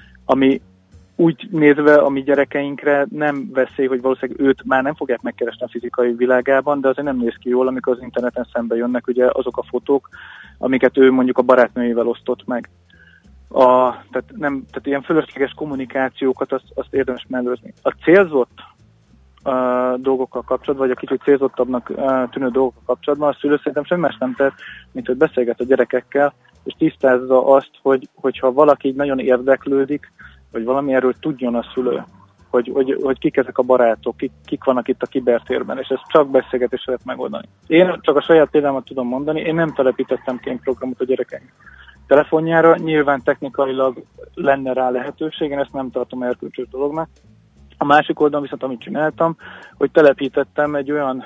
ami úgy nézve a mi gyerekeinkre nem veszély, hogy valószínűleg őt már nem fogják megkeresni a fizikai világában, de azért nem néz ki jól, amikor az interneten szembe jönnek ugye azok a fotók, amiket ő mondjuk a barátnőjével osztott meg. A, tehát, nem, tehát ilyen fölösleges kommunikációkat azt, azt érdemes mellőzni. A célzott uh, dolgokkal kapcsolatban, vagy a kicsit célzottabbnak uh, tűnő dolgokkal kapcsolatban, a szülő szerintem semmi más nem tett, mint hogy beszélget a gyerekekkel, és tisztázza azt, hogy, hogyha valaki így nagyon érdeklődik, hogy valami erről tudjon a szülő, hogy, hogy, hogy kik ezek a barátok, kik, kik vannak itt a kibertérben, és ezt csak beszélgetés lehet megoldani. Én csak a saját példámat tudom mondani, én nem telepítettem kémprogramot a gyerekeim telefonjára, nyilván technikailag lenne rá lehetőség, én ezt nem tartom erkölcsös dolognak. A másik oldalon viszont, amit csináltam, hogy telepítettem egy olyan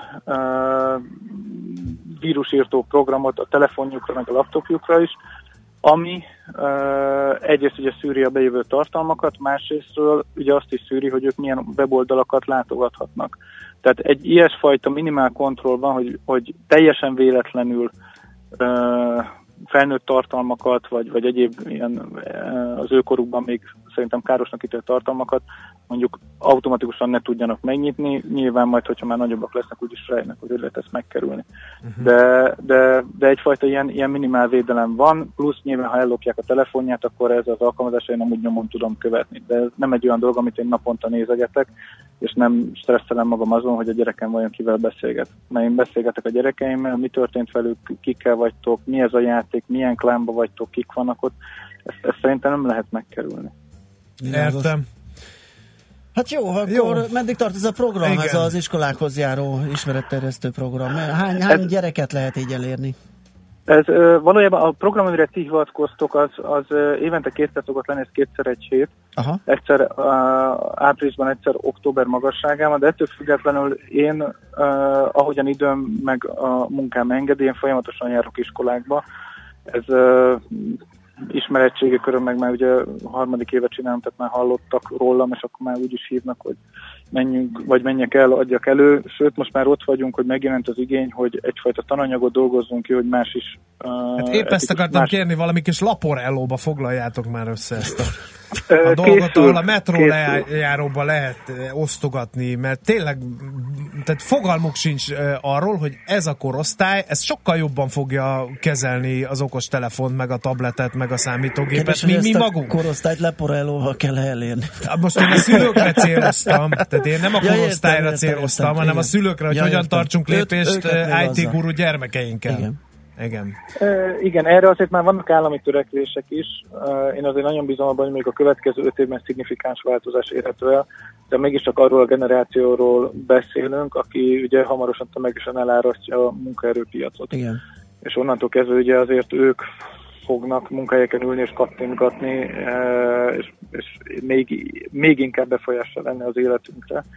uh, vírusírtó programot a telefonjukra, meg a laptopjukra is, ami uh, egyrészt ugye szűri a bejövő tartalmakat, másrésztről ugye azt is szűri, hogy ők milyen weboldalakat látogathatnak. Tehát egy ilyesfajta minimál kontroll van, hogy, hogy teljesen véletlenül uh, felnőtt tartalmakat, vagy, vagy egyéb ilyen uh, az őkorukban még szerintem károsnak ítélt tartalmakat mondjuk automatikusan ne tudjanak megnyitni, nyilván majd, hogyha már nagyobbak lesznek, úgyis rájönnek, hogy lehet ezt megkerülni. Uh-huh. De, de, de egyfajta ilyen, ilyen minimál védelem van, plusz nyilván, ha ellopják a telefonját, akkor ez az alkalmazás, én amúgy nyomon tudom követni. De ez nem egy olyan dolog, amit én naponta nézegetek, és nem stresszelem magam azon, hogy a gyerekem vajon kivel beszélget. Mert én beszélgetek a gyerekeimmel, mi történt velük, kikkel vagytok, mi ez a játék, milyen klánba vagytok, kik vannak ott. Ezt, ezt szerintem nem lehet megkerülni. Értem. Hát jó, akkor jó. Meddig tart ez a program, igen. Ez az iskolákhoz járó ismeretterjesztő program? Hány, hány ez, gyereket lehet így elérni? Ez valójában a program, amire ti hivatkoztok, az, az évente kétszer szokott lenni, ez kétszer egy hét. Aha. Egyszer uh, áprilisban, egyszer október magasságában, de ettől függetlenül én, uh, ahogyan időm meg a munkám engedi, én folyamatosan járok iskolákba. Ez uh, ismeretségi köröm, meg már ugye harmadik évet csinálom, tehát már hallottak rólam, és akkor már úgy is hívnak, hogy menjünk, vagy menjek el, adjak elő. Sőt, most már ott vagyunk, hogy megjelent az igény, hogy egyfajta tananyagot dolgozzunk ki, hogy más is... Uh, hát épp ezt akartam más... kérni, valami kis laporellóba foglaljátok már össze ezt a, a dolgot, készül, ahol a metró lejáróba lehet osztogatni, mert tényleg tehát fogalmuk sincs arról, hogy ez a korosztály, ez sokkal jobban fogja kezelni az okos telefont, meg a tabletet, meg a számítógépet, mi, mi magunk. A korosztályt leporellóval kell elérni. Most én a szülőkre céloztam, tehát én nem a ja, korosztályra értem, céloztam, értem, hanem igen. A szülőkre, hogy ja, hogyan értem. Tartsunk lépést í té guru gyermekeinkkel. Igen. Igen. E, igen, erre azért már vannak állami törekvések is. E, én azért nagyon bízom abban, hogy még a következő öt évben szignifikáns változás érhető el, de mégiscsak arról a generációról beszélünk, aki ugye hamarosan tömegesen elárasztja a munkaerőpiacot. Igen. És onnantól kezdve ugye azért ők fognak munkahelyeken ülni és kattintgatni, e, és, és még, még inkább befolyással lenni az életünkre.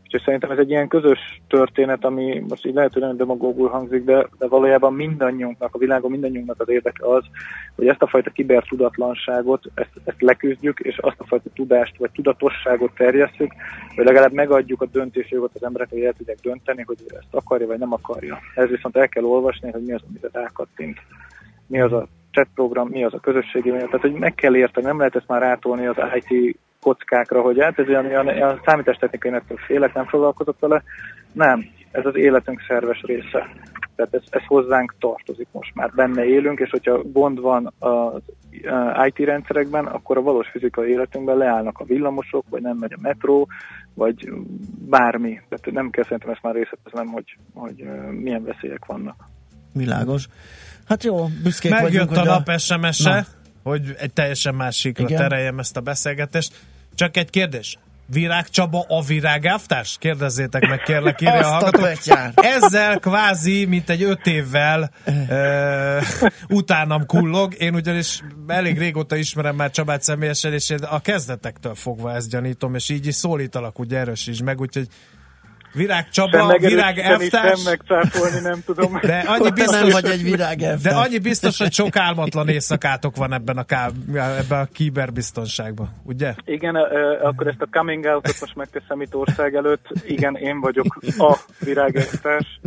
És szerintem ez egy ilyen közös történet, ami most így lehet, hogy nem demagógul hangzik, de, de valójában mindannyiunknak, a világon mindannyiunknak az érdeke az, hogy ezt a fajta kibertudatlanságot, ezt, ezt leküzdjük, és azt a fajta tudást, vagy tudatosságot terjesszük, hogy legalább megadjuk a döntésjogot az embereknek, hogy el tudják dönteni, hogy ezt akarja, vagy nem akarja. Ez viszont el kell olvasni, hogy mi az, amit rákattint. Mi az a chat program, mi az a közösségi, tehát hogy meg kell érteni, nem lehet ezt már rátolni az i té kockákra, hogy hát ez olyan, olyan, olyan számítástechnikai nettől félek, nem foglalkozott vele. Nem, ez az életünk szerves része. Tehát ez, ez hozzánk tartozik most már. Benne élünk, és hogyha gond van az i té rendszerekben, akkor a valós fizikai életünkben leállnak a villamosok, vagy nem megy a metró, vagy bármi. Tehát nem kell szerintem ezt már részleteznem, hogy, hogy milyen veszélyek vannak. Világos. Hát jó, büszkék Megjött vagyunk. Megjött a nap a... es em es-e, hogy egy teljesen másikra Igen. tereljem ezt a beszélgetést. Csak egy kérdés. Virág Csaba a virágávtárs? Kérdezzétek meg, kérlek, írja a hallgatók. Ezzel kvázi, mint egy öt évvel uh, utánam kullog. Én ugyanis elég régóta ismerem már Csabát személyesen, és a kezdetektől fogva ezt gyanítom, és így is szólítalak, úgy erősítsd meg, úgyhogy Virág Csaba, Virág elvtárs. Sem megcáfolni, nem tudom. De annyi biztos, vagy egy virág elvtárs. De annyi biztos, hogy sok álmatlan éjszakátok van ebben a, ká, ebben a kiberbiztonságban, ugye? Igen, akkor ezt a coming out-ot most megteszem itt ország előtt. Igen, én vagyok a virág elvtárs.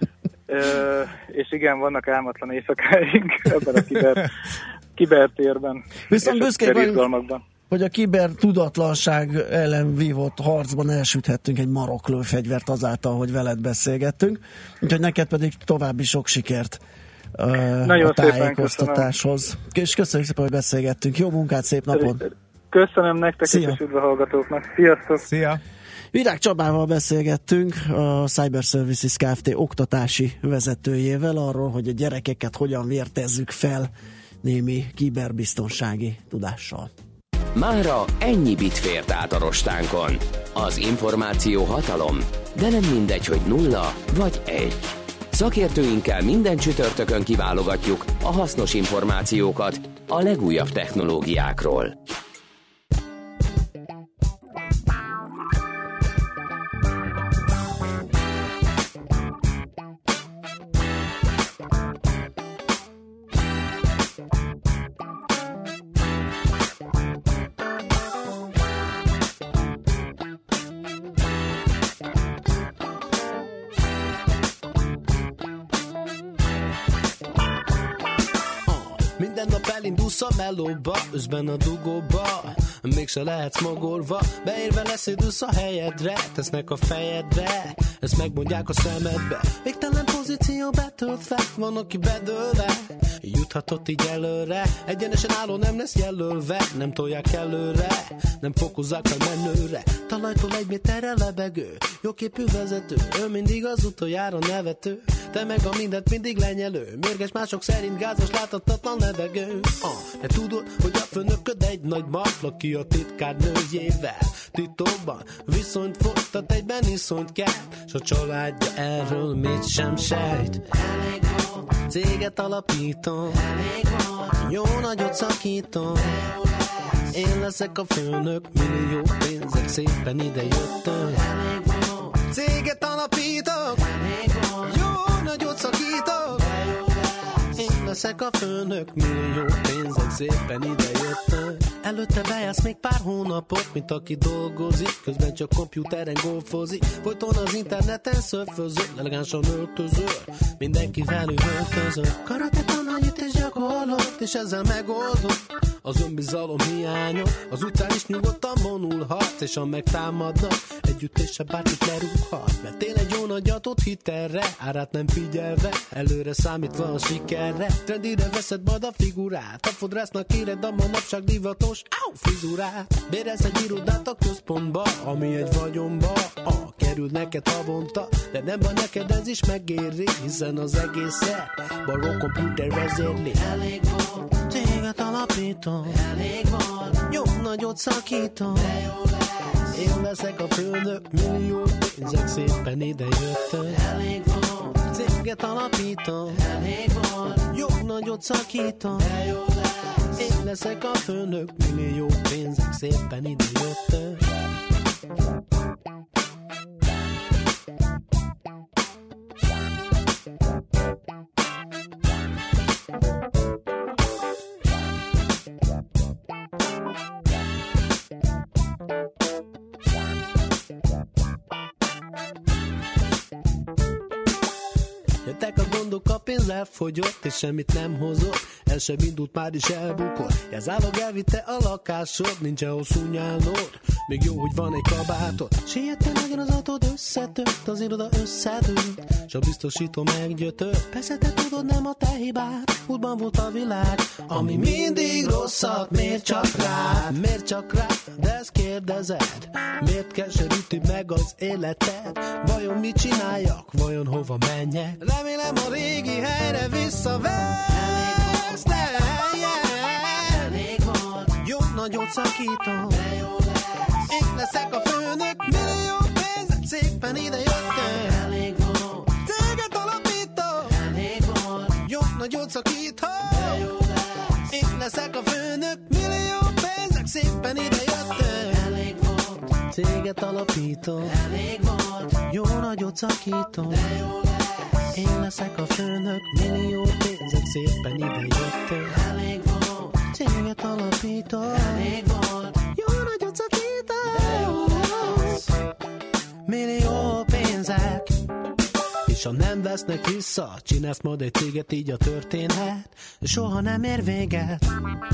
És igen, vannak álmatlan éjszakáink ebben a kiber, kibertérben. Viszont büszkék vagyunk, hogy a kiber tudatlanság ellen vívott harcban elsüthettünk egy maroklő fegyvert azáltal, hogy veled beszélgettünk. Úgyhogy neked pedig további sok sikert uh, a tájékoztatáshoz. És köszönjük szépen, hogy beszélgettünk. Jó munkát, szép napot! Köszönöm nektek és üdv a hallgatóknak. Sziasztok! Szia! Virág Csabával beszélgettünk, a Cyber Services Kft. Oktatási vezetőjével arról, hogy a gyerekeket hogyan vértezzük fel némi kiberbiztonsági tudással. Mára ennyi bit fért át a rostánkon. Az információ hatalom, de nem mindegy, hogy nulla vagy egy. Szakértőinkkel minden csütörtökön kiválogatjuk a hasznos információkat a legújabb technológiákról. Elindulsz a melóba, üzben a dugóba, mégse lehetsz magolva, beérve leszédülsz a helyedre, tesznek a fejedre, ezt megmondják a szemedbe. Végtelen pozíció betöltve, van aki bedőlve, juthatott így előre, egyenesen álló nem lesz jelölve, nem tolják előre, nem fokozzák a menőre, talajtól egy méterre lebegő, jóképű vezető, ő mindig az utoljára nevető, te meg a mindent mindig lenyelő, mérges mások szerint gázos láthatatlan levegő. Ah, de tudod, hogy a főnököd egy nagy mafla, ki a titkárnőjével titokban viszonyt folytat, egyben iszonyt kell, s a családja erről mit sem sejt. Elég volt, céget alapítom, elég volt, jó nagyot szakítom, én leszek a főnök, millió pénzek szépen ide jöttem. Elég volt, céget alapítok, elég volt, jó nagyot szakítok, én leszek a főnök, millió pénzek szépen ide jöttem. Előtte bejársz még pár hónapot, mint aki dolgozik, közben csak kompjúteren golfozik, folyton az interneten szörfözöl, elegánsan öltözöl, mindenkivel üvöltözöl. Karate tananyit és gyakorlott, és ezzel megoldott az önbizalom hiányot. Az utcán is nyugodtan vonulhat, és ha megtámadnak, együttésre bárkit lerúghat, mert tényleg jó nagyatot hitelre, árát nem figyelve, előre számítva a sikerre. Trendire veszed majd a figurát, a fodrásznak éred a manapság divatos áú, frizurát. Bérelsz egy irodát a központba, ami egy vagyonba, ah, kerül neked havonta, de nem van neked ez is megéri, hiszen az egészet baró komputer vezérli. Elég volt, céget alapítom, elég volt, jó nagyot szakítom, de jó lesz, én leszek a főnök, millió pénzek szépen ide jöttem. Elég volt, céget alapítom, elég volt, jó nagyot szakítom, de jó lesz, én leszek a főnök, millió pénzek szépen ide jöttem. Mondok, a pénz elfogyott, és semmit nem hozott. El sem indult, már is elbukott. Jelzálog elvitte a lakásod, nincsen hosszú nyálnod. Még jó, hogy van egy kabátod. Sietve nagyon az autód összetört, az iroda összedőlt, s a biztosító meggyötört. Persze te tudod, nem a te hibád, útban volt a világ, ami mindig rosszat, miért csak rád? Miért csak rád? De ezt kérdezed, miért keseríti meg az életed? Vajon mit csináljak? Vajon hova menjek? Remélem a régi helyre visszavesz, de yeah. Elég volt. Jó nagyot szakítom, de jó lesz. Én leszek a főnök, millió pénzek szépen ide jöttem. Elég volt. Téged alapítom, elég volt. Jó nagyot szakítom, de jó lesz. Én leszek a főnök, millió pénzek szépen ide jöttem. Elég volt. Téged alapítom, elég volt. Jó nagyot szakítom, de jó lesz. Én leszek a főnök, millió pénzek szépen ide jöttem. Elég volt. Téged alapítom, elég volt. Jó nagyot szakítom, de jó lesz. Millió pénzek, és ha nem vesznek vissza, csinálsz majd egy céget, így a történhet soha nem ér véget.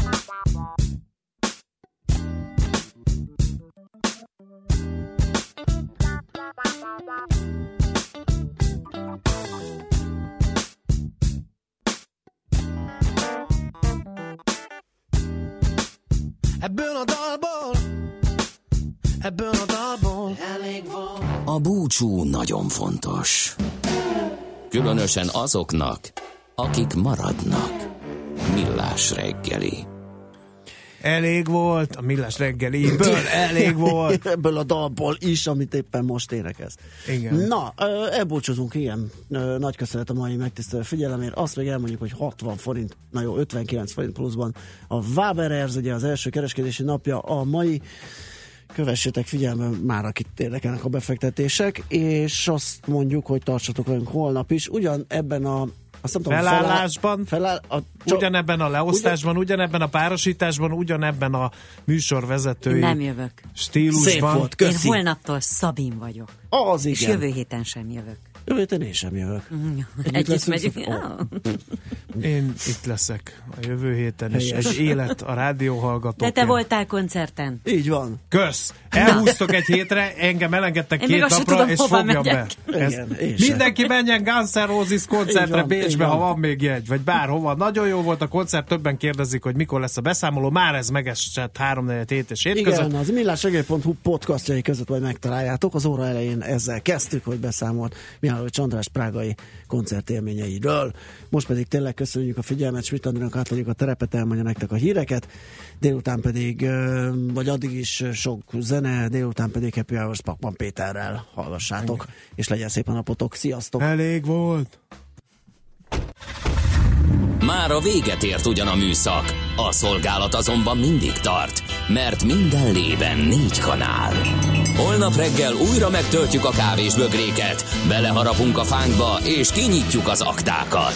Ebből a dalból, ebből a dalból elég volt. A búcsú nagyon fontos. Különösen azoknak, akik maradnak. Millás reggeli. Elég volt, a Millás reggeliből elég volt. Ebből a dalból is, amit éppen most énekelsz. Igen. Na, elbúcsúzunk, igen. Nagy köszönet a mai megtisztelő figyelemért. Azt még elmondjuk, hogy hatvan forint, na jó, ötvenkilenc forint pluszban a Waberers, ugye az első kereskedési napja a mai. Kövessétek figyelme már, akit érdekelnek a befektetések, és azt mondjuk, hogy tartsatok velünk holnap is. Ugyan ebben a azt nem tudom, felállásban, feláll, a, ugyanebben a leosztásban, ugyan, ugyanebben a párosításban, ugyanebben a műsorvezetői nem jövök. Stílusban. Szép volt, köszi. Én holnaptól Szabin vagyok. Az igen. És jövő héten sem jövök. Jövő héten én sem jövök. Mm, Együtt megyünk. Oh. Én itt leszek a jövő héten, és egy élet a rádióhallgatók. De te voltál koncerten. Így van. Kösz! Elhúztok egy hétre, engem elengedtek két napra, tudom, és fogjam be. Igen, mindenki menjen Guns N' Roses koncertre Bécsbe, ha van még jegy, vagy bárhova. Nagyon jó volt a koncert, többen kérdezik, hogy mikor lesz a beszámoló. Már ez megesett háromnegyed hét és hét között. Igen, az millásregély pont hu podcastjai között majd megtaláljátok. Az óra elején ezzel kezdtük, hogy beszámolt Mihálovics András prágai koncertélményeiről. Most pedig tényleg köszönjük a figyelmet, Schmidt Andrának átadjuk a terepet, elmondja nektek a híreket, délután pedig, vagy addig is sok zene, délután pedig Happy Hours Pakman Péterrel hallgassátok, okay. És legyen szép a napotok, sziasztok! Elég volt! Már a véget ért ugyan a műszak, a szolgálat azonban mindig tart, mert minden lében négy kanál. Holnap reggel újra megtöltjük a kávés bögréket, beleharapunk a fánkba és kinyitjuk az aktákat.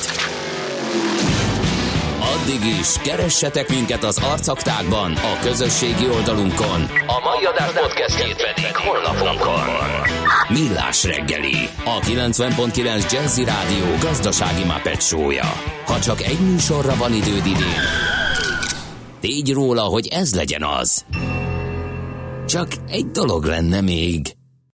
Addig is keressetek minket az arcaktákban, a közösségi oldalunkon. A mai adás podcastjét pedig holnapunkon. Millás reggeli, a kilencven pont kilenc Jazzy Rádió gazdasági Muppet show-ja. Ha csak egy műsorra van időd idén, tégy róla, hogy ez legyen az. Csak egy dolog lenne még.